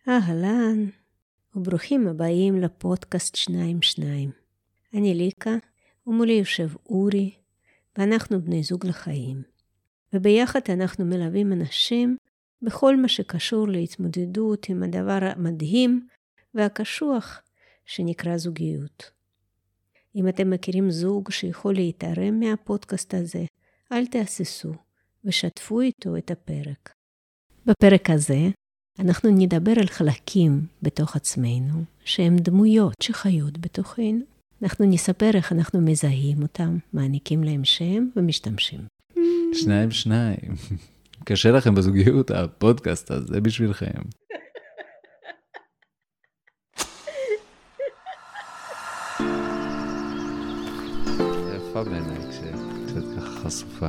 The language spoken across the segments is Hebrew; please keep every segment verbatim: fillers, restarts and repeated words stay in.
אהלן, וברוכים הבאים לפודקאסט שניים שניים. אני ליקה, ומולי יושב אורי, ואנחנו בני זוג לחיים. וביחד אנחנו מלווים אנשים בכל מה שקשור להתמודדות עם הדבר המדהים והקשוח שנקרא זוגיות. אם אתם מכירים זוג שיכול להתערם מהפודקאסט הזה, אל תהססו ושתפו איתו את הפרק. בפרק הזה אנחנו נדבר על חלקים בתוך עצמנו, שהם דמויות שחיות בתוכנו. אנחנו נספר איך אנחנו מזהים אותם, מעניקים להם שם ומשתמשים. שניים שניים. קשה לכם בזוגיות, הפודקאסט הזה בשבילכם. יפה בעיניי כשאת ככה חשופה.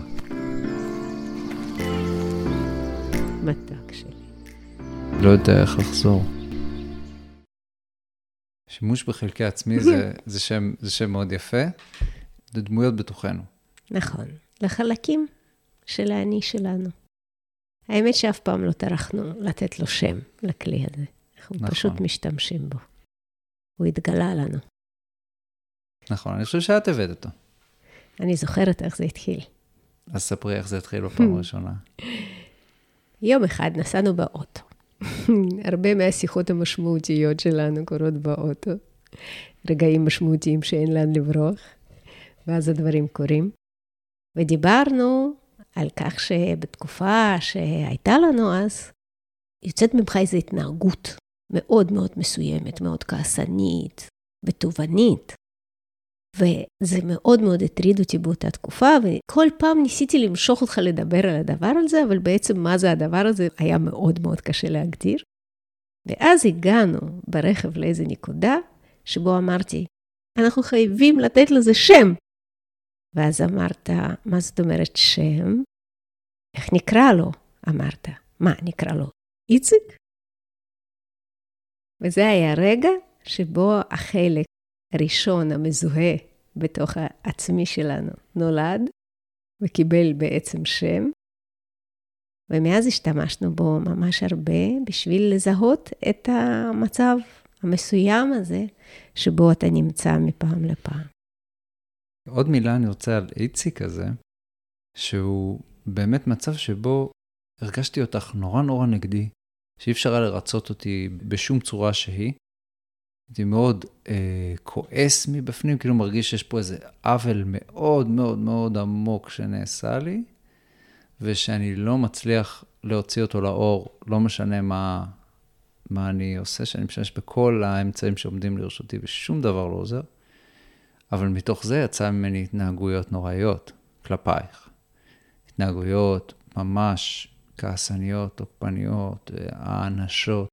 מתוק שלי. לא יודע איך לחזור. שימוש בחלקי עצמי זה, זה, שם, זה שם מאוד יפה. זה דמויות בתוכנו. נכון. לחלקים של האני שלנו. האמת שאף פעם לא טרחנו לתת לו שם לכלי הזה. אנחנו נכון. פשוט משתמשים בו. הוא התגלה לנו. נכון, אני חושב שאת הבאת אותו. אני זוכרת איך זה התחיל. אז ספרי איך זה התחיל בפעם הראשונה. יום אחד נסענו באוטו. הרבה מהשיחות המשמעותיות שלנו קורות באוטו. רגעים משמעותיים שאין לאן לברוח. ואז הדברים קורים. ודיברנו על כך שבתקופה שהייתה לנו אז, יוצאת ממך איזו התנהגות מאוד מאוד מסוימת, מאוד כעסנית ותובנית. וזה מאוד מאוד הטריד אותי באותה תקופה, וכל פעם ניסיתי למשוך אותך לדבר על הדבר הזה, אבל בעצם מה זה הדבר הזה היה מאוד מאוד קשה להגדיר. ואז הגענו ברכב לאיזו נקודה, שבו אמרתי, אנחנו חייבים לתת לזה שם. ואז אמרת, מה זאת אומרת שם? איך נקרא לו? אמרת, מה נקרא לו? איציק? וזה היה רגע שבו החלק הראשון המזוהה בתוך העצמי שלנו נולד, וקיבל בעצם שם, ומאז השתמשנו בו ממש הרבה בשביל לזהות את המצב המסוים הזה שבו אתה נמצא מפעם לפעם. עוד מילה אני רוצה על איציק הזה, שהוא באמת מצב שבו הרגשתי אותך נורא נורא נגדי, שאי אפשר היה לרצות אותי בשום צורה שהיא. הייתי מאוד אה, כועס מבפנים, כאילו מרגיש שיש פה איזה עוול מאוד מאוד מאוד עמוק שנעשה לי, ושאני לא מצליח להוציא אותו לאור, לא משנה מה, מה אני עושה, שאני משתמש בכל האמצעים שעומדים לרשותי, ושום דבר לא עוזר. אבל מתוך זה יצא ממני התנהגויות נוראיות כלפייך. התנהגויות ממש כעסניות, תוקפניות, האנשות,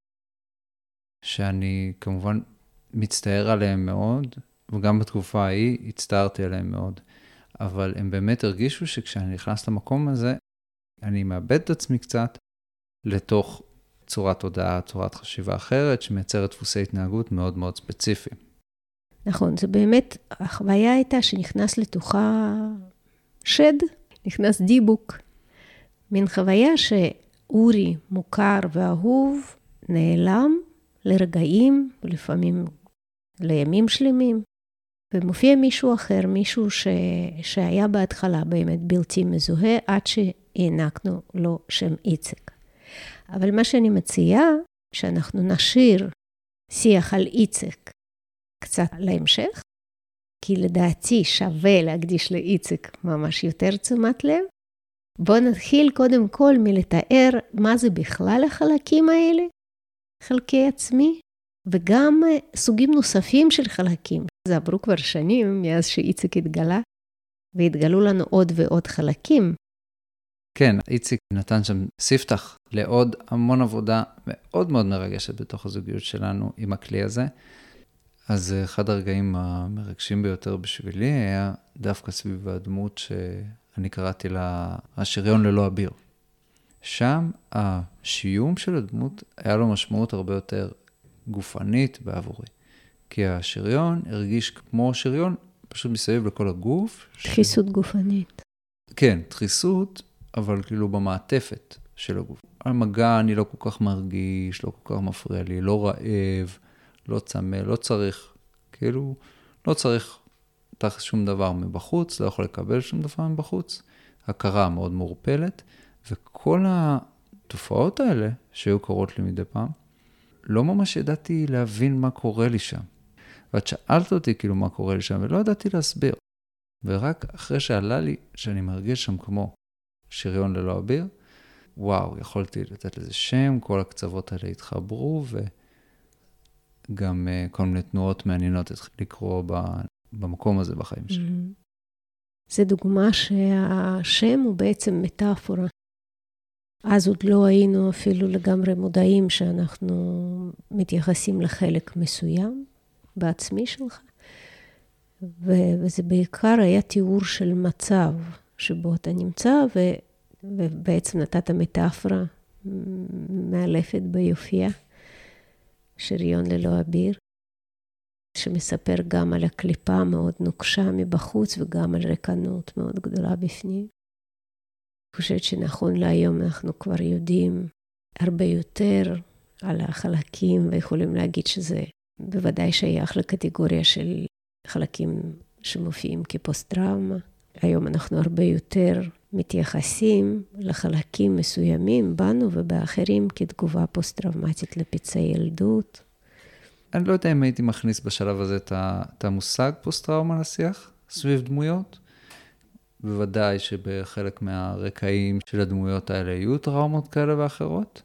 שאני כמובן מצטער עליהם מאוד, וגם בתקופה ההיא הצטערתי עליהם מאוד. אבל הם באמת הרגישו שכשאני נכנס למקום הזה, אני מאבד את עצמי קצת לתוך צורת תודעה, צורת חשיבה אחרת, שמייצרת דפוסי התנהגות מאוד מאוד ספציפיים. נכון, זה באמת, החוויה הייתה שנכנס לתוכה שד, נכנס דיבוק. מין חוויה שאורי מוכר ואהוב נעלם לרגעים, ולפעמים לימים שלמים, ומופיע מישהו אחר, מישהו ש... שהיה בהתחלה באמת בלתי מזוהה, עד שהענקנו לו שם איציק. אבל מה שאני מציעה, שאנחנו נשאיר שיח על איציק, קצת להמשך, כי לדעתי שווה להקדיש לאיציק ממש יותר תשומת לב. בואו נתחיל קודם כל מלתאר מה זה בכלל החלקים האלה, חלקי עצמי, וגם סוגים נוספים של חלקים. זה עברו כבר שנים מאז שאיציק התגלה, והתגלו לנו עוד ועוד חלקים. כן, איציק נתן שם ספתח לעוד המון עבודה מאוד מאוד מרגשת בתוך הזוגיות שלנו עם הכלי הזה. אז אחד הרגעים המרגשים ביותר בשבילי היה דווקא סביב הדמות שאני קראתי לה השריון ללא אביר. שם השיום של הדמות היה לו משמעות הרבה יותר גופנית בעבורי. כי השריון הרגיש כמו שריון פשוט מסביב לכל הגוף. דחיסות ש... גופנית. כן, דחיסות, אבל כאילו במעטפת של הגוף. המגע אני לא כל כך מרגיש, לא כל כך מפריע לי, לא רעב, לא צמא, לא צריך, כאילו, לא צריך תחת שום דבר מבחוץ, לא יכול לקבל שום דבר מבחוץ, הכרה מאוד מעורפלת, וכל התופעות האלה שהיו קורות לי מדי פעם, לא ממש ידעתי להבין מה קורה לי שם. ואת שאלת אותי כאילו מה קורה לי שם, ולא ידעתי להסביר. ורק אחרי שעלה לי שאני מרגיש שם כמו שריון ללא אוויר, וואו, יכולתי לתת לזה שם, כל הקצוות האלה התחברו, וגם uh, כל מיני תנועות מעניינות התחיל לקרוא במקום הזה בחיים שלי. Mm-hmm. זה דוגמה שהשם הוא בעצם מטאפורה. אז עוד לא היינו אפילו לגמרי מודעים שאנחנו מתייחסים לחלק מסוים בעצמי שלך, ו- וזה בעיקר היה תיאור של מצב שבו אתה נמצא, ו- ובעצם נתת מטאפורה מאלפת ביופייה, שריון ללא אביר, שמספר גם על הקליפה המאוד נוקשה מבחוץ, וגם על ריקנות מאוד גדולה בפנים. אני חושבת שנכון להיום אנחנו כבר יודעים הרבה יותר על החלקים, ויכולים להגיד שזה בוודאי שייך לקטגוריה של חלקים שמופיעים כפוסט-טראומה. היום אנחנו הרבה יותר מתייחסים לחלקים מסוימים בנו ובאחרים כתגובה פוסט-טראומטית לפצעי ילדות. אני לא יודע אם הייתי מכניס בשלב הזה את המושג פוסט-טראומה לשיח סביב דמויות. בוודאי שבחלק מהרקעים של הדמויות האלה יהיו טראומות כאלה ואחרות.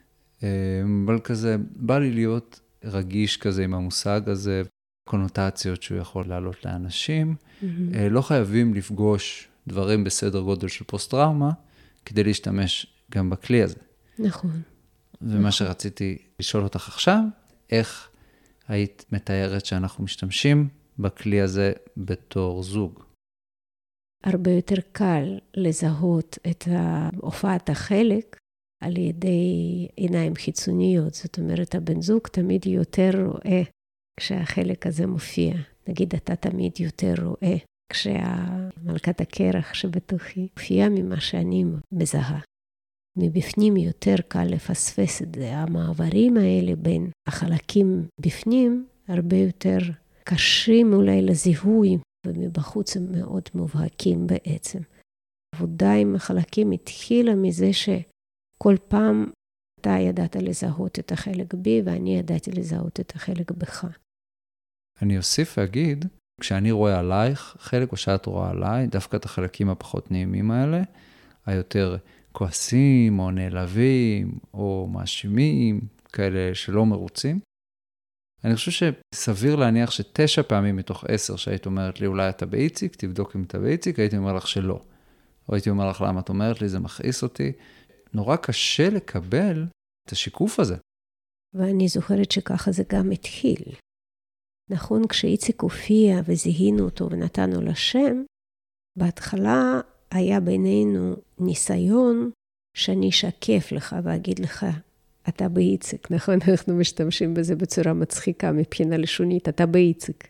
אבל כזה, בא לי להיות רגיש כזה עם המושג הזה, קונוטציות שהוא יכול לעלות לאנשים. Mm-hmm. לא חייבים לפגוש דברים בסדר גודל של פוסט-טראומה, כדי להשתמש גם בכלי הזה. נכון. ומה נכון. שרציתי לשאול אותך עכשיו, איך היית מתארת שאנחנו משתמשים בכלי הזה בתור זוג? הרבה יותר קל לזהות את הופעת החלק על ידי עיניים חיצוניות. זאת אומרת, הבן זוג תמיד יותר רואה כשהחלק הזה מופיע. נגיד, אתה תמיד יותר רואה כשהמלכת הקרח שבתוכי מופיעה ממה שאני מזהה. מבפנים יותר קל לפספס את זה. המעברים האלה בין החלקים בפנים הרבה יותר קשים אולי לזיהוי, ומבחוץ הם מאוד מובהקים בעצם. העבודה עם החלקים התחילה מזה שכל פעם אתה ידעת לזהות את החלק בי, ואני ידעתי לזהות את החלק בך. אני אוסיף ואגיד, כשאני רואה עלייך חלק, או שאת רואה עליי, דווקא את החלקים הפחות נעימים האלה, היותר כועסים, או נעלבים, או מאשימים, כאלה שלא מרוצים. אני חושב שסביר להניח שתשע פעמים מתוך עשר שהיית אומרת לי, אולי אתה באיציק, תבדוק אם אתה באיציק, הייתי אומר לך שלא. או הייתי אומר לך, למה את אומרת לי, זה מכעיס אותי. נורא קשה לקבל את השיקוף הזה. ואני זוכרת שככה זה גם התחיל. נכון, כשאיציק הופיע וזיהינו אותו ונתנו לשם, בהתחלה היה בינינו ניסיון שאני אשקף לך ואגיד לך, אתה באיציק, נכון? אנחנו משתמשים בזה בצורה מצחיקה מבחינה לשונית, אתה באיציק.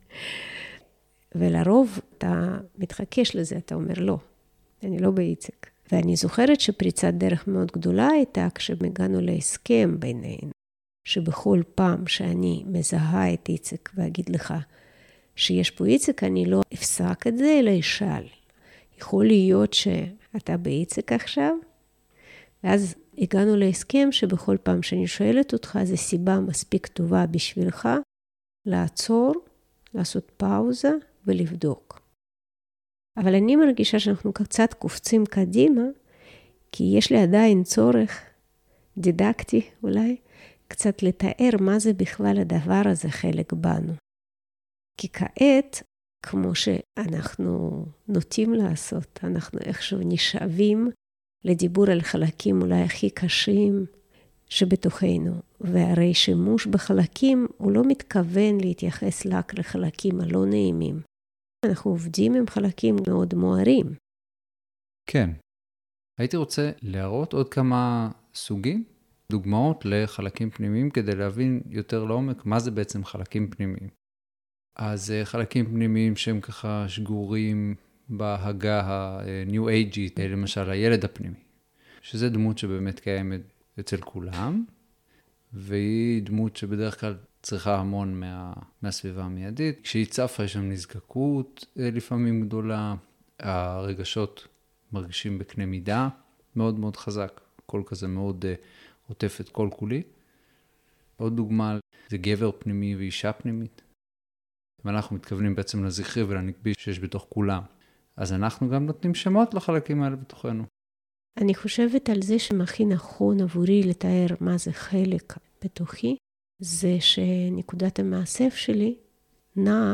ולרוב אתה מתחכש לזה, אתה אומר לא, אני לא באיציק. ואני זוכרת שפריצת דרך מאוד גדולה הייתה כשהגענו להסכם בינינו, שבכל פעם שאני מזהה את איציק ואגיד לך שיש פה איציק, אני לא אפסק את זה, אלא אשאל. יכול להיות שאתה באיציק עכשיו? ואז הגענו להסכם שבכל פעם שאני שואלת אותך, זו סיבה מספיק טובה בשבילך לעצור, לעשות פאוזה ולבדוק. אבל אני מרגישה שאנחנו קצת קופצים קדימה, כי יש לי עדיין צורך דידקטי אולי, קצת לתאר מה זה בכלל הדבר הזה חלק בנו. כי כעת, כמו שאנחנו נוטים לעשות, אנחנו איכשהו נשאבים לדיבור על חלקים אולי הכי קשים שבתוכנו, והרי שימוש בחלקים הוא לא מתכוון להתייחס רק לחלקים הלא נעימים. אנחנו עובדים עם חלקים מאוד מוארים. כן. הייתי רוצה להראות עוד כמה סוגים, דוגמאות לחלקים פנימיים, כדי להבין יותר לעומק מה זה בעצם חלקים פנימיים. אז חלקים פנימיים שהם ככה שגורים בהגה ה-New Age'ית, למשל הילד הפנימי. שזה דמות שבאמת קיימת אצל כולם, והיא דמות שבדרך כלל צריכה המון מה, מהסביבה המיידית. כשהיא צפה יש שם נזקקות לפעמים גדולה, הרגשות מרגישים בקנה מידה מאוד מאוד חזק, קול כזה מאוד uh, עוטף את כל כולי. עוד דוגמה, זה גבר פנימי ואישה פנימית. ואנחנו מתכוונים בעצם לזכרי ולנקבי שיש בתוך כולם. אז אנחנו גם נותנים שמות לחלקים האלה בתוכנו. אני חושבת על זה שהכי נכון עבורי לתאר מה זה חלק בתוכי, זה שנקודת המאסף שלי נעה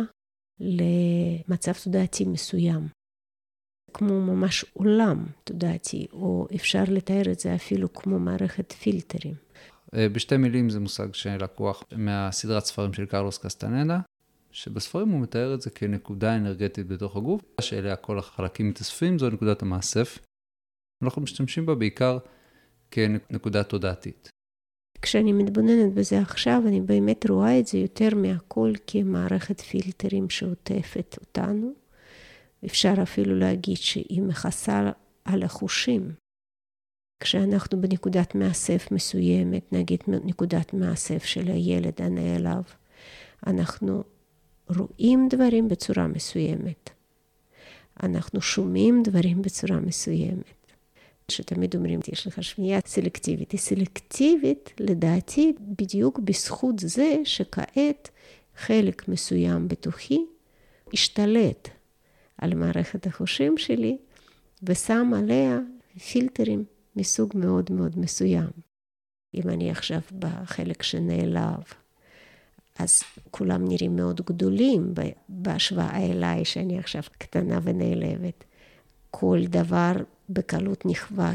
למצב תודעתי מסוים. כמו ממש עולם תודעתי, או אפשר לתאר את זה אפילו כמו מערכת פילטרים. בשתי מילים זה מושג שלקוח מהסדרת ספרים של קרלוס קסטנדה, שבספרים הוא מתאר את זה כנקודה אנרגטית בתוך הגוף, שאליה כל החלקים מתאספים, זו נקודת המאסף. אנחנו משתמשים בה בעיקר כנקודה תודעתית. כשאני מתבוננת בזה עכשיו, אני באמת רואה את זה יותר מהכל כמערכת פילטרים שעוטפת אותנו. אפשר אפילו להגיד שהיא מכסה על החושים. כשאנחנו בנקודת מאסף מסוימת, נגיד נקודת מאסף של הילד הנעלב, אנחנו רואים דברים בצורה מסוימת. אנחנו שומעים דברים בצורה מסוימת. שתמיד אומרים, יש לך שמיעה סלקטיבית. היא סלקטיבית, לדעתי, בדיוק בזכות זה שכעת חלק מסוים בתוכי השתלט על מערכת החושים שלי, ושם עליה פילטרים מסוג מאוד מאוד מסוים. אם אני עכשיו בחלק שנעלב, אז כולם נראים מאוד גדולים בהשוואה אליי, שאני עכשיו קטנה ונעלבת. כל דבר בקלות נחווה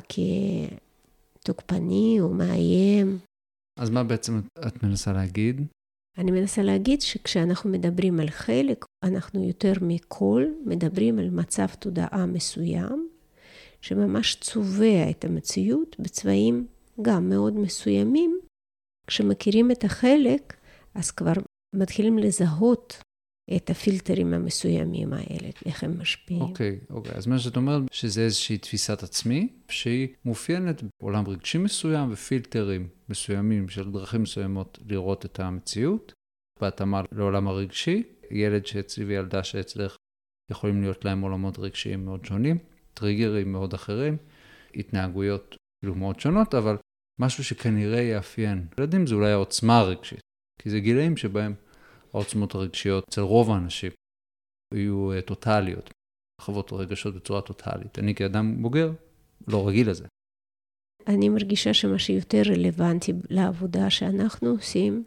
כתוקפני או מאיים. אז מה בעצם את מנסה להגיד? אני מנסה להגיד שכשאנחנו מדברים על חלק, אנחנו יותר מכל מדברים על מצב תודעה מסוים, שממש צובע את המציאות בצבעים גם מאוד מסוימים. כשמכירים את החלק, אז כבר מתחילים לזהות את הפילטרים המסוימים האלה, איך הם משפיעים. אוקיי, אוקיי. אז מה שאת אומרת, שזה איזושהי תפיסת עצמי, שהיא מופיינת בעולם רגשי מסוים ופילטרים מסוימים של דרכים מסוימות לראות את המציאות. בהתאמה לעולם הרגשי, ילד שאצלי וילדה שאצלך יכולים להיות להם עולמות רגשיים מאוד שונים, טריגרים מאוד אחרים, התנהגויות כאילו מאוד שונות, אבל משהו שכנראה יאפיין. ילדים זה אולי העוצמה הרגשית, כי זה גילאים שבהם העוצמות הרגשיות אצל רוב האנשים יהיו טוטליות, חוות רגשות בצורה טוטלית. אני כאדם בוגר לא רגיל לזה. אני מרגישה שמה שיותר רלוונטי לעבודה שאנחנו עושים,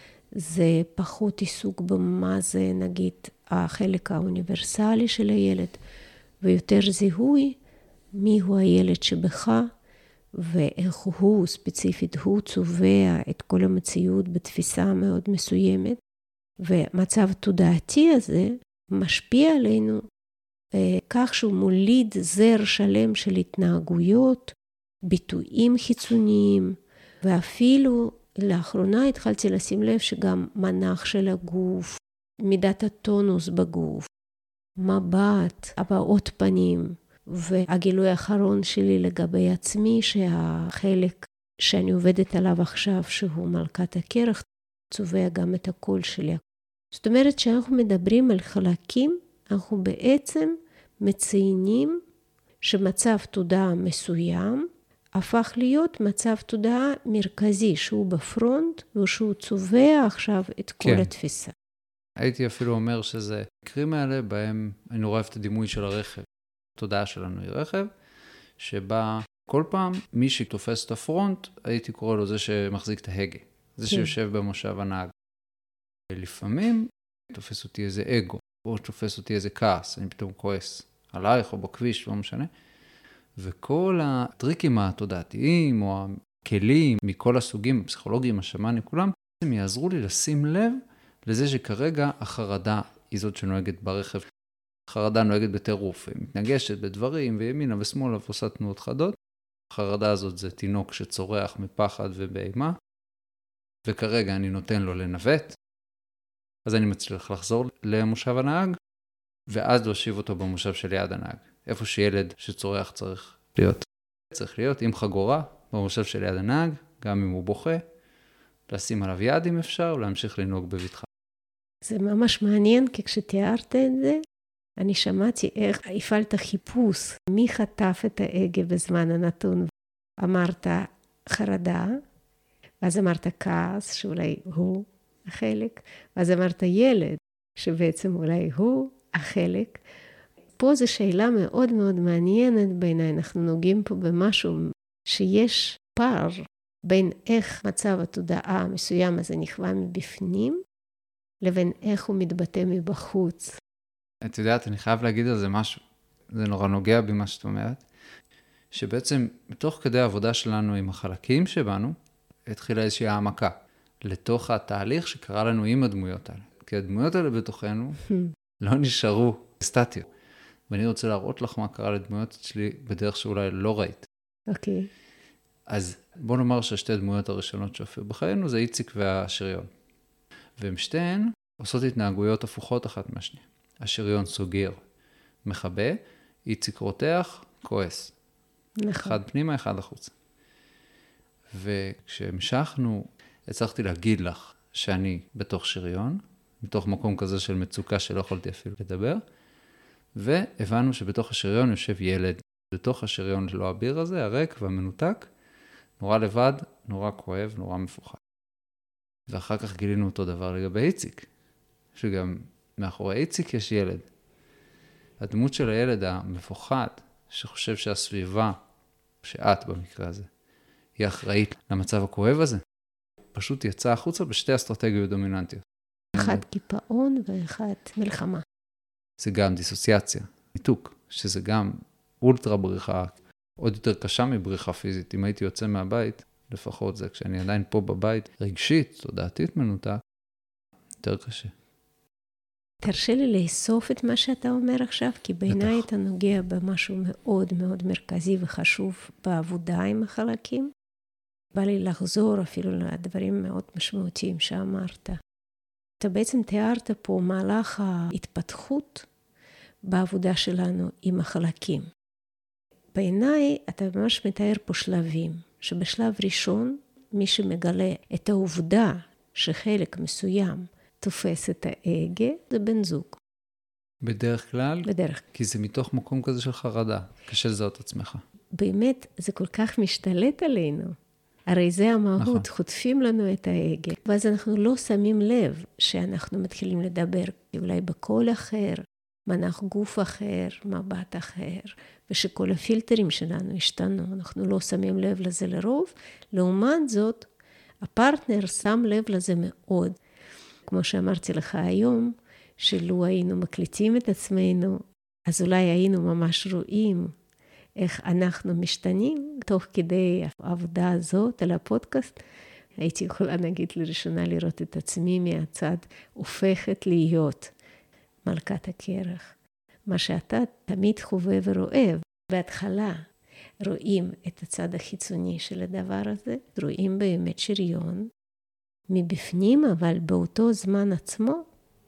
זה פחות עיסוק במה זה נגיד החלק האוניברסלי של הילד, ויותר זיהוי מיהו הילד שבך, ואיך הוא ספציפית, הוא צובע את כל המציאות בתפיסה מאוד מסוימת, ומצב תודעתי הזה משפיע עלינו אה, כך שהוא מוליד זר שלם של התנהגויות, ביטויים חיצוניים, ואפילו לאחרונה התחלתי לשים לב שגם מנח של הגוף, מידת הטונוס בגוף, מבט, הבעות פנים, והגילוי האחרון שלי לגבי עצמי, שהחלק שאני עובדת עליו עכשיו, שהוא מלכת הקרח, צובע גם את הקול שלי. זאת אומרת שאנחנו מדברים על חלקים, אנחנו בעצם מציינים שמצב תודעה מסוים, הפך להיות מצב תודעה מרכזי, שהוא בפרונט, ושהוא צובע עכשיו את כל כן. התפיסה. הייתי אפילו אומר שזה מקרים האלה בהם אני רואה את הדימוי של הרכב. התודעה שלנו היא רכב, שבה כל פעם מי שתופס את הפרונט, הייתי קורא לו זה שמחזיק את ההגה. זה כן. שיושב במושב הנהג. לפעמים תופס אותי איזה אגו, או תופס אותי איזה כעס, אני פתאום כועס עלייך או בכביש, לא משנה. וכל הטריקים התודעתיים או הכלים מכל הסוגים, הפסיכולוגיים, השמאנים, כולם, הם יעזרו לי לשים לב לזה שכרגע החרדה היא זאת שנוהגת ברכב. החרדה נוהגת בטירוף, היא מתנגשת בדברים וימינה ושמאלה ועושה תנועות חדות. החרדה הזאת זה תינוק שצורח מפחד ובאימה, וכרגע אני נותן לו לנווט, אז אני מצליח לחזור למושב הנהג, ואז להושיב אותו במושב של יד הנהג. איפה שילד שצורח צריך להיות. צריך להיות עם חגורה, במושב של יד הנהג, גם אם הוא בוכה, לשים עליו יד אם אפשר, ולהמשיך לנהוג בבטחה. זה ממש מעניין, כי כשתיארת את זה, אני שמעתי איך הפעלת חיפוש, מי חטף את ההגה בזמן הנתון. אמרת חרדה, ואז אמרת כעס, שאולי הוא החלק, ואז אמרת ילד, שבעצם אולי הוא החלק. פה זו שאלה מאוד מאוד מעניינת בעיניי, אנחנו נוגעים פה במשהו שיש פער בין איך מצב התודעה המסוים הזה נכווה מבפנים, לבין איך הוא מתבטא מבחוץ. את יודעת, אני חייב להגיד על זה משהו, זה נורא נוגע במה שאת אומרת, שבעצם בתוך כדי העבודה שלנו עם החלקים שבנו, התחילה איזושהי העמקה לתוך התהליך שקרה לנו עם הדמויות האלה. כי הדמויות האלה בתוכנו לא נשארו סטטיות. ואני רוצה להראות לך מה קרה לדמויות שלי בדרך שאולי לא ראית. אוקיי. Okay. אז בוא נאמר שהשתי הדמויות הראשונות שהופיעו בחיינו זה איציק והשריון. והם שתיהן עושות התנהגויות הפוכות אחת מהשנייה. השריון סוגר, מחבא, איציק רותח, כועס. נכון. אחד פנימה, אחד החוצה. וכשהמשכנו, הצלחתי להגיד לך שאני בתוך שריון, מתוך מקום כזה של מצוקה שלא יכולתי אפילו לדבר, והבנו שבתוך השריון יושב ילד. בתוך השריון ללא אביר הזה, הריק והמנותק, נורא לבד, נורא כואב, נורא מפוחד. ואחר כך גילינו אותו דבר לגבי איציק, שגם מאחורי איציק יש ילד. הדמות של הילד המפוחד, שחושב שהסביבה, שאת במקרה הזה, היא אחראית למצב הכואב הזה, פשוט יצא החוצה בשתי אסטרטגיות דומיננטיות. אחד קיפאון ואחד מלחמה. זה גם דיסוציאציה, ניתוק, שזה גם אולטרה בריחה, עוד יותר קשה מבריחה פיזית. אם הייתי יוצא מהבית, לפחות זה כשאני עדיין פה בבית, רגשית, תודעתית מנותק, יותר קשה. תרשה לי לאסוף את מה שאתה אומר עכשיו, כי בעיניי אתה נוגע במשהו מאוד מאוד מרכזי וחשוב בעבודה עם החלקים. בא לי לחזור אפילו לדברים מאוד משמעותיים שאמרת. אתה בעצם תיארת פה מהלך ההתפתחות בעבודה שלנו עם החלקים. בעיניי אתה ממש מתאר פה שלבים, שבשלב ראשון מי שמגלה את העובדה שחלק מסוים תופס את ההגה, זה בן זוג. בדרך כלל? בדרך. כי זה מתוך מקום כזה של חרדה, קשה לזהות עצמך. באמת, זה כל כך משתלט עלינו. הרי זה המהות, נכון. חוטפים לנו את ההגה. ואז אנחנו לא שמים לב שאנחנו מתחילים לדבר, אולי בקול אחר, מנח גוף אחר, מבט אחר, ושכל הפילטרים שלנו השתנו. אנחנו לא שמים לב לזה לרוב. לעומת זאת, הפרטנר שם לב לזה מאוד. כמו שאמרתי לך היום, שלו היינו מקליטים את עצמנו, אז אולי היינו ממש רואים איך אנחנו משתנים, תוך כדי העבודה הזאת על הפודקאסט, הייתי יכולה נגיד לראשונה לראות את עצמי מהצד, הופכת להיות מלכת הקרח. מה שאתה תמיד חווה ורואה, בהתחלה רואים את הצד החיצוני של הדבר הזה, רואים באמת שריון, מבפנים, אבל באותו זמן עצמו,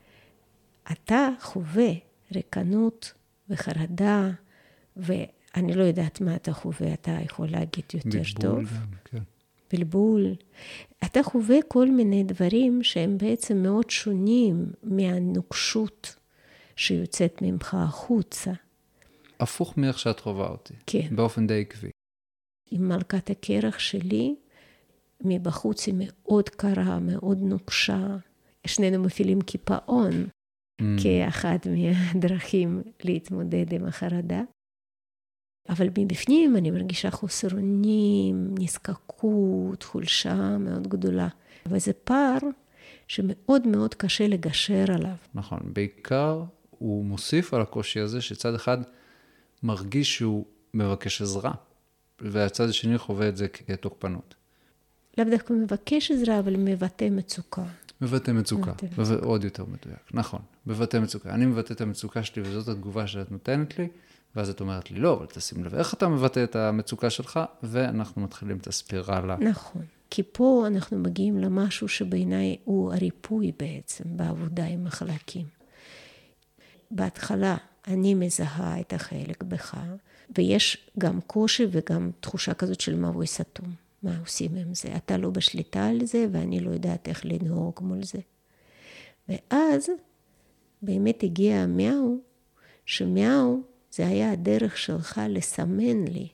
אתה חווה ריקנות וחרדה, ואני לא יודעת מה אתה חווה, אתה יכול להגיד יותר בלבול טוב. גם, כן. בלבול. אתה חווה כל מיני דברים שהם בעצם מאוד שונים מהנוקשות שיוצאת ממך החוצה. הפוך מאיך שאת חווה אותי. כן. באופן די עקבי. עם מלכת הקרח שלי, מבחוץ היא מאוד קרה, מאוד נוקשה. שנינו מפעילים קיפאון, mm. כאחת מהדרכים להתמודד עם החרדה. אבל מבפנים אני מרגישה חוסר אונים, נזקקות, חולשה מאוד גדולה. וזה פער שמאוד מאוד קשה לגשר עליו. נכון, בעיקר הוא מוסיף על הקושי הזה שצד אחד מרגיש שהוא מבקש עזרה, והצד השני חווה את זה כתוקפנות. לאו דווקא מבקש עזרה, אבל מבטא מצוקה. מבטא מצוקה, ועוד יותר מדויק, נכון, מבטא מצוקה. אני מבטא את המצוקה שלי, וזאת התגובה שאת נותנת לי, ואז את אומרת לי, לא, אבל תשים לב, איך אתה מבטא את המצוקה שלך, ואנחנו מתחילים את הספירלה. נכון, כי פה אנחנו מגיעים למשהו שבעיניי הוא הריפוי בעצם, בעבודה עם החלקים. בהתחלה אני מזהה את החלק בך, ויש גם קושי וגם תחושה כזאת של מבוי סתום. מה עושים עם זה? אתה לא בשליטה על זה, ואני לא יודעת איך לנהוג מול זה. ואז באמת הגיע המיהו, שמיהו זה היה הדרך שלך לסמן לי,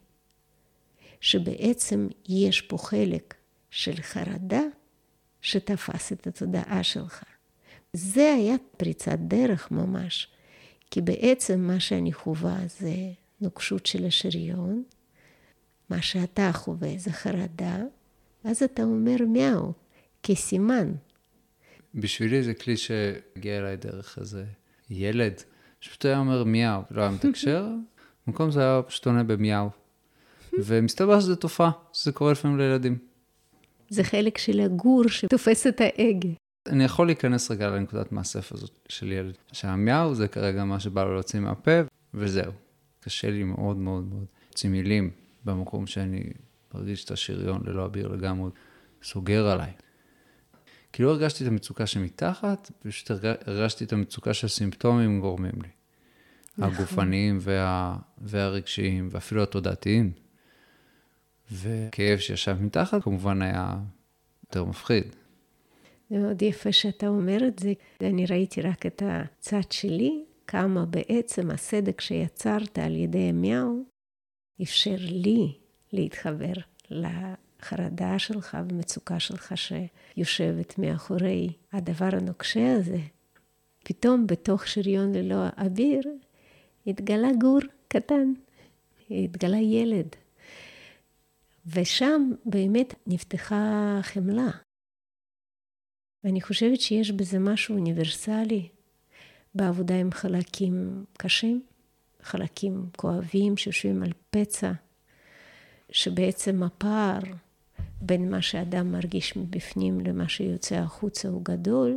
שבעצם יש פה חלק של חרדה שתפס את התודעה שלך. זה היה פריצת דרך ממש, כי בעצם מה שאני חווה זה נוקשות של השריון, מה שאתה חווה זה חרדה, אז אתה אומר מיהו, כסימן. בשבילי זה כלי שהגיע אליי דרך איזה ילד, שפשוט היה אומר מיהו, לא היה מתקשר, במקום זה היה פשוט עונה במיהו. ומסתבר שזו תופעה, שזה קורה לפעמים לילדים. זה חלק של הגור שתופס את ההגה. אני יכול להיכנס רגע לנקודת מאסף הזאת של ילד. שהמיהו זה כרגע מה שבא לו להוציא מהפה, וזהו. קשה לי מאוד מאוד מאוד. יוצאים מילים במקום שאני מרגיש את השריון ללא אביר לגמרי, סוגר עליי. כי לא הרגשתי את המצוקה שמתחת, פשוט הרגשתי את המצוקה שהסימפטומים גורמים לי. נכון. הגופניים וה... והרגשיים, ואפילו התודעתיים. וכאב שישב מתחת, כמובן היה יותר מפחיד. זה מאוד יפה שאתה אומר את זה. אני ראיתי רק את הצד שלי, כמה בעצם הסדק שיצרת על ידי המיהו, אפשר לי להתחבר לחרדה שלך ומצוקה שלך שיושבת מאחורי הדבר הנוקשה הזה. פתאום בתוך שריון ללא אוויר, התגלה גור קטן, התגלה ילד. ושם באמת נפתחה חמלה. ואני חושבת שיש בזה משהו אוניברסלי, בעבודה עם חלקים קשים, חלקים כואבים שיושבים על פצע, שבעצם הפער בין מה שאדם מרגיש מבפנים למה שיוצא החוצה הוא גדול,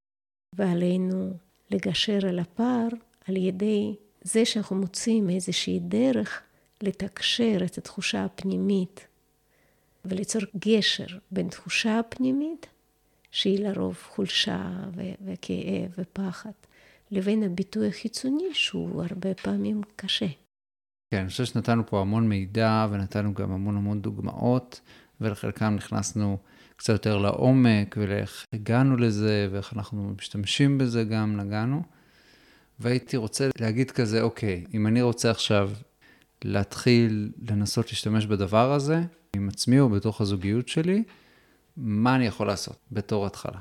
ועלינו לגשר על הפער על ידי זה שאנחנו מוצאים איזושהי דרך לתקשר את התחושה הפנימית, וליצור גשר בין תחושה הפנימית, שהיא לרוב חולשה ו- וכאב ופחד, לבין הביטוי החיצוני שהוא הרבה פעמים קשה. כן, אני חושב שנתנו פה המון מידע, ונתנו גם המון המון דוגמאות, ולחלקם נכנסנו קצת יותר לעומק, ולאיך הגענו לזה, ואיך אנחנו משתמשים בזה גם נגענו. והייתי רוצה להגיד כזה, אוקיי, אם אני רוצה עכשיו להתחיל לנסות להשתמש בדבר הזה, עם עצמי או בתוך הזוגיות שלי, מה אני יכול לעשות בתור התחלה?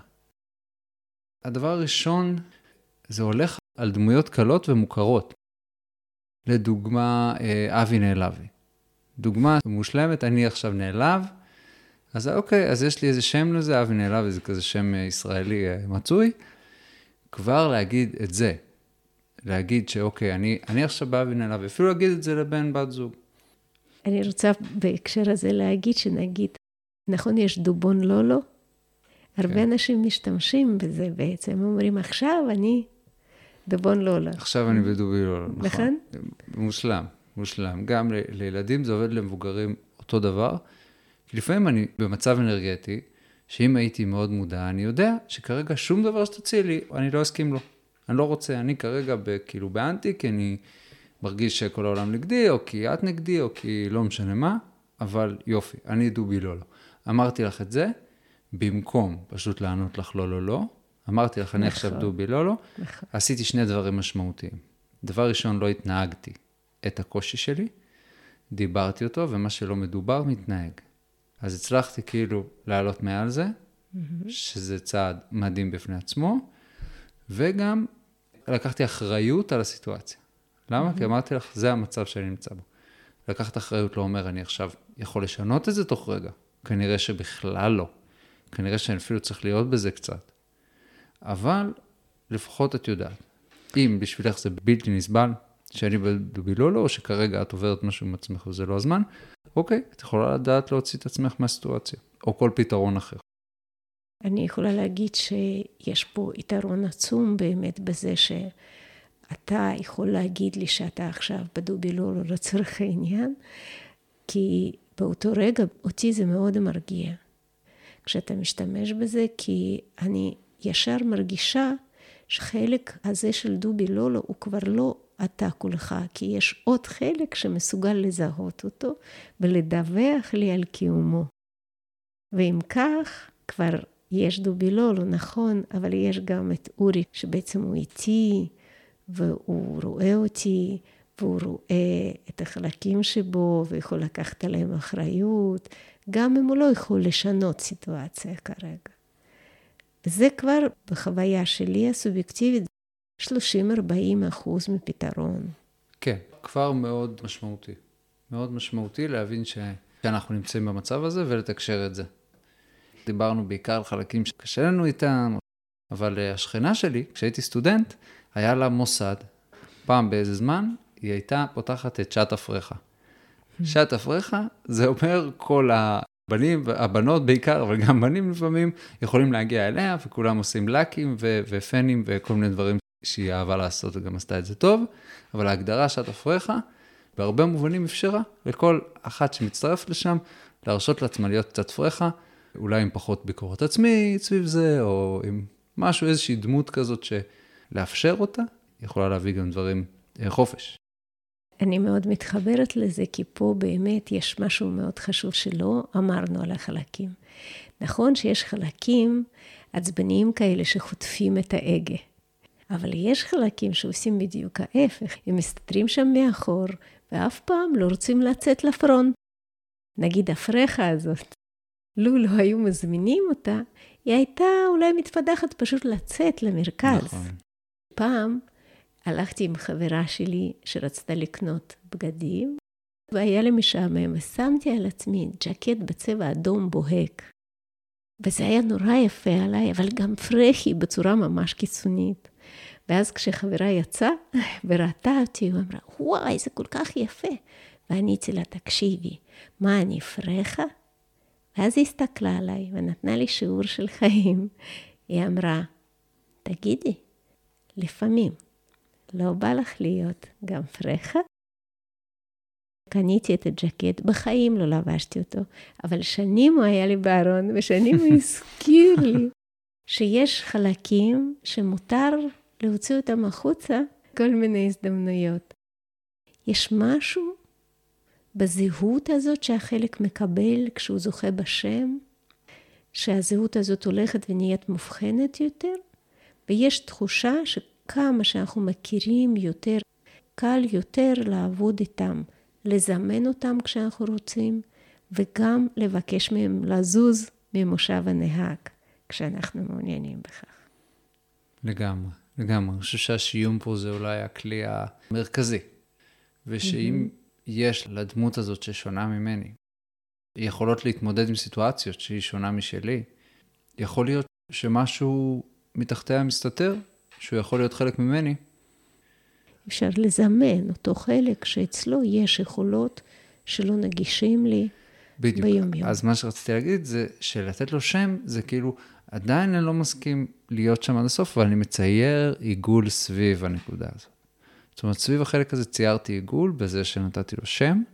הדבר הראשון, זה הולך על דמויות קלות ומוכרות. לדוגמה, אבי נעלבי. דוגמה מושלמת, אני עכשיו נעלב, אז אוקיי, אז יש לי איזה שם לזה, אבי נעלבי, זה כזה שם ישראלי מצוי, כבר להגיד את זה. להגיד שאוקיי, אני, אני עכשיו באבי נעלבי, אפילו להגיד את זה לבן בת זוג. אני רוצה בהקשר הזה להגיד שנגיד, נכון, יש דובון לולו, הרבה כן. אנשים משתמשים בזה בעצם, אומרים עכשיו אני דובון לולו. עכשיו אני בדובי לולו, נכון? נכון? מושלם, מושלם. גם ל- לילדים זה עובד למבוגרים אותו דבר, כי לפעמים אני במצב אנרגטי, שאם הייתי מאוד מודע, אני יודע שכרגע שום דבר שתציע לי, אני לא אסכים לו. אני לא רוצה, אני כרגע כאילו באנטי, כי אני מרגיש שכל העולם נגדי, או כי את נגדי, או כי לא משנה מה, אבל יופי, אני דובי לא לא. אמרתי לך את זה, במקום פשוט לענות לך לא לא לא, אמרתי לך אני עכשיו דובי לא לא, עשיתי שני דברים משמעותיים. דבר ראשון, לא התנהגתי את הקושי שלי, דיברתי אותו, ומה שלא מדובר מתנהג. אז הצלחתי כאילו לעלות מעל זה, שזה צעד מדהים בפני עצמו, וגם לקחתי אחריות על הסיטואציה. למה? כי אמרתי לך, זה המצב שאני נמצא בו. לקחת אחריות לא אומר, אני עכשיו יכול לשנות את זה תוך רגע. כנראה שבכלל לא. כנראה שאני אפילו צריך להיות בזה קצת. אבל לפחות את יודעת. אם בשבילך זה בלתי נסבל, שאני בדובי לא לא, או שכרגע את עוברת משהו עם עצמך וזה לא הזמן, אוקיי, את יכולה לדעת להוציא את עצמך מהסיטואציה, או כל פתרון אחר. אני יכולה להגיד שיש פה יתרון עצום באמת בזה שאתה יכול להגיד לי שאתה עכשיו בדובי לא לא לצורך העניין, כי באותו רגע אותי זה מאוד מרגיע. כשאתה משתמש בזה, כי אני ישר מרגישה שחלק הזה של דובי לא לא הוא כבר לא אתה כולך, כי יש עוד חלק שמסוגל לזהות אותו ולדווח לי על קיומו. ואם כך, כבר יש דובי לא, לא נכון, אבל יש גם את אורי שבעצם הוא איתי, והוא רואה אותי, והוא רואה את החלקים שבו, ויכול לקחת עליהם אחריות, גם אם הוא לא יכול לשנות סיטואציה כרגע. וזה כבר בחוויה שלי הסובייקטיבית, שלושים עד ארבעים אחוז מפתרון. כן, כבר מאוד משמעותי. מאוד משמעותי להבין ש... שאנחנו נמצאים במצב הזה ולתקשר את זה. דיברנו בעיקר על חלקים שקשה לנו איתם, אבל השכנה שלי, כשהייתי סטודנט, היה לה מוסד. פעם באיזה זמן, היא הייתה פותחת את שעת הפרחה. שעת הפרחה, זה אומר כל הבנים, הבנות בעיקר, אבל גם בנים לפעמים, יכולים להגיע אליה, וכולם עושים לקים ו- ופנים וכל מיני דברים שהיא אהבה לעשות, וגם עשתה את זה טוב. אבל ההגדרה שעת הפרחה, בהרבה מובנים אפשרה לכל אחת שמצטרפת לשם, להרשות לעצמה להיות קצת פרחה, אולי עם פחות ביקורת עצמית סביב זה, או עם משהו, איזושהי דמות כזאת שלאפשר אותה, יכולה להביא גם דברים חופש. אני מאוד מתחברת לזה, כי פה באמת יש משהו מאוד חשוב שלא אמרנו על החלקים. נכון שיש חלקים עצבניים כאלה שחוטפים את ההגה, אבל יש חלקים שעושים בדיוק ההפך, הם מסתתרים שם מאחור, ואף פעם לא רוצים לצאת לפרונט. נגיד הפרחה הזאת, לו לא היו מזמינים אותה, היא הייתה אולי מתפתחת פשוט לצאת למרכז. נכון. פעם הלכתי עם חברה שלי שרצתה לקנות בגדים, והיה לי משעמם, ושמתי על עצמי ג'קט בצבע אדום בוהק. וזה היה נורא יפה עליי, אבל גם פרחי בצורה ממש קיצונית. ואז כשחברה יצאה וראתה אותי, היא אמרה, וואי, זה כל כך יפה. ועניתי לה, תקשיבי, מה אני פרחה? ואז היא הסתכלה עליי ונתנה לי שיעור של חיים. היא אמרה, תגידי, לפעמים לא בא לך להיות גם פרחה? קניתי את הג'קט, בחיים לא לבשתי אותו, אבל שנים הוא היה לי בארון, ושנים הוא הזכיר לי שיש חלקים שמותר להוציא אותם החוצה כל מיני הזדמנויות. יש משהו בזהות הזאת שהחלק מקבל כשהוא זוכה בשם, שהזהות הזאת הולכת ונהיית מובחנת יותר, ויש תחושה שכמה שאנחנו מכירים יותר, קל יותר לעבוד איתם, לזמן אותם כשאנחנו רוצים, וגם לבקש מהם לזוז ממושב הנהג, כשאנחנו מעוניינים בכך. לגמרי, לגמרי. אני חושב שהשיום פה זה אולי הכלי המרכזי, ושאם יש לדמות הזאת ששונה ממני, יכולות להתמודד עם סיטואציות שהיא שונה משלי, יכול להיות שמשהו מתחתיה מסתתר, שהוא יכול להיות חלק ממני. אפשר לזמן אותו חלק שאצלו יש יכולות שלא נגישים לי בדיוק. ביום יום. אז מה שרציתי להגיד זה שלתת לו שם, זה כאילו, עדיין אני לא מסכים להיות שם עד הסוף, אבל אני מצייר עיגול סביב הנקודה הזאת. זאת אומרת, סביב החלק הזה ציירתי עיגול, בזה שנתתי לו שם,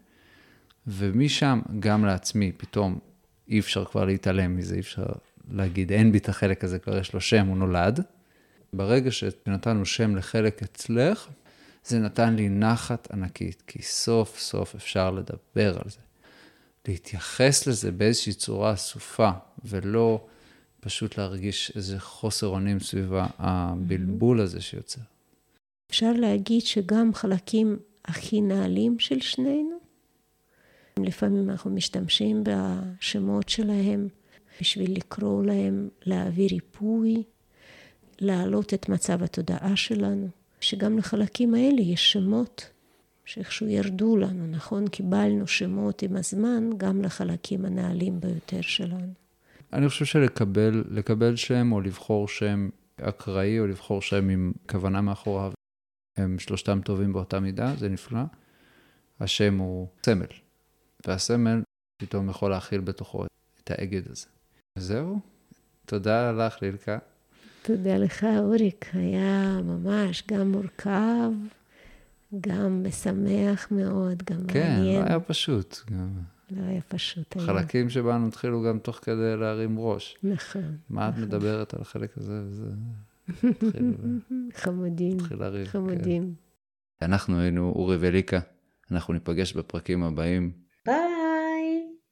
ומשם גם לעצמי, פתאום אי אפשר כבר להתעלם מזה, אי אפשר להגיד, אין בי את החלק הזה, כבר יש לו שם, הוא נולד. ברגע שנתנו שם לחלק אצלך, זה נתן לי נחת ענקית, כי סוף סוף אפשר לדבר על זה. להתייחס לזה באיזושהי צורה אסופה, ולא פשוט להרגיש איזה חוסר אונים סביב הבלבול הזה שיוצר. אפשר להגיד שגם חלקים הכי נעלים של שנינו, לפעמים אנחנו משתמשים בשמות שלהם, בשביל לקרוא להם, להעביר ריפוי, להעלות את מצב התודעה שלנו, שגם לחלקים האלה יש שמות שאיכשהו ירדו לנו, נכון? קיבלנו שמות עם הזמן גם לחלקים הנעלים ביותר שלנו. אני חושב שלקבל לקבל שם או לבחור שם אקראי או לבחור שם עם כוונה מאחוריו, הם שלושתם טובים באותה מידה, זה נפלא. השם הוא סמל, והסמל פתאום יכול להכיל בתוכו את האגד הזה. וזהו, תודה לך לילכה. תודה לך אוריק, היה ממש גם מורכב, גם משמח מאוד, גם כן, מעניין. לא היה פשוט. גם... לא היה פשוט. חלקים היה. שבנו התחילו גם תוך כדי להרים ראש. נכון. מה נכון. את מדברת על החלק הזה? וזה... חמודים, התחיל להריב, חמודים. כן. אנחנו היינו אורי וליקה, אנחנו ניפגש בפרקים הבאים.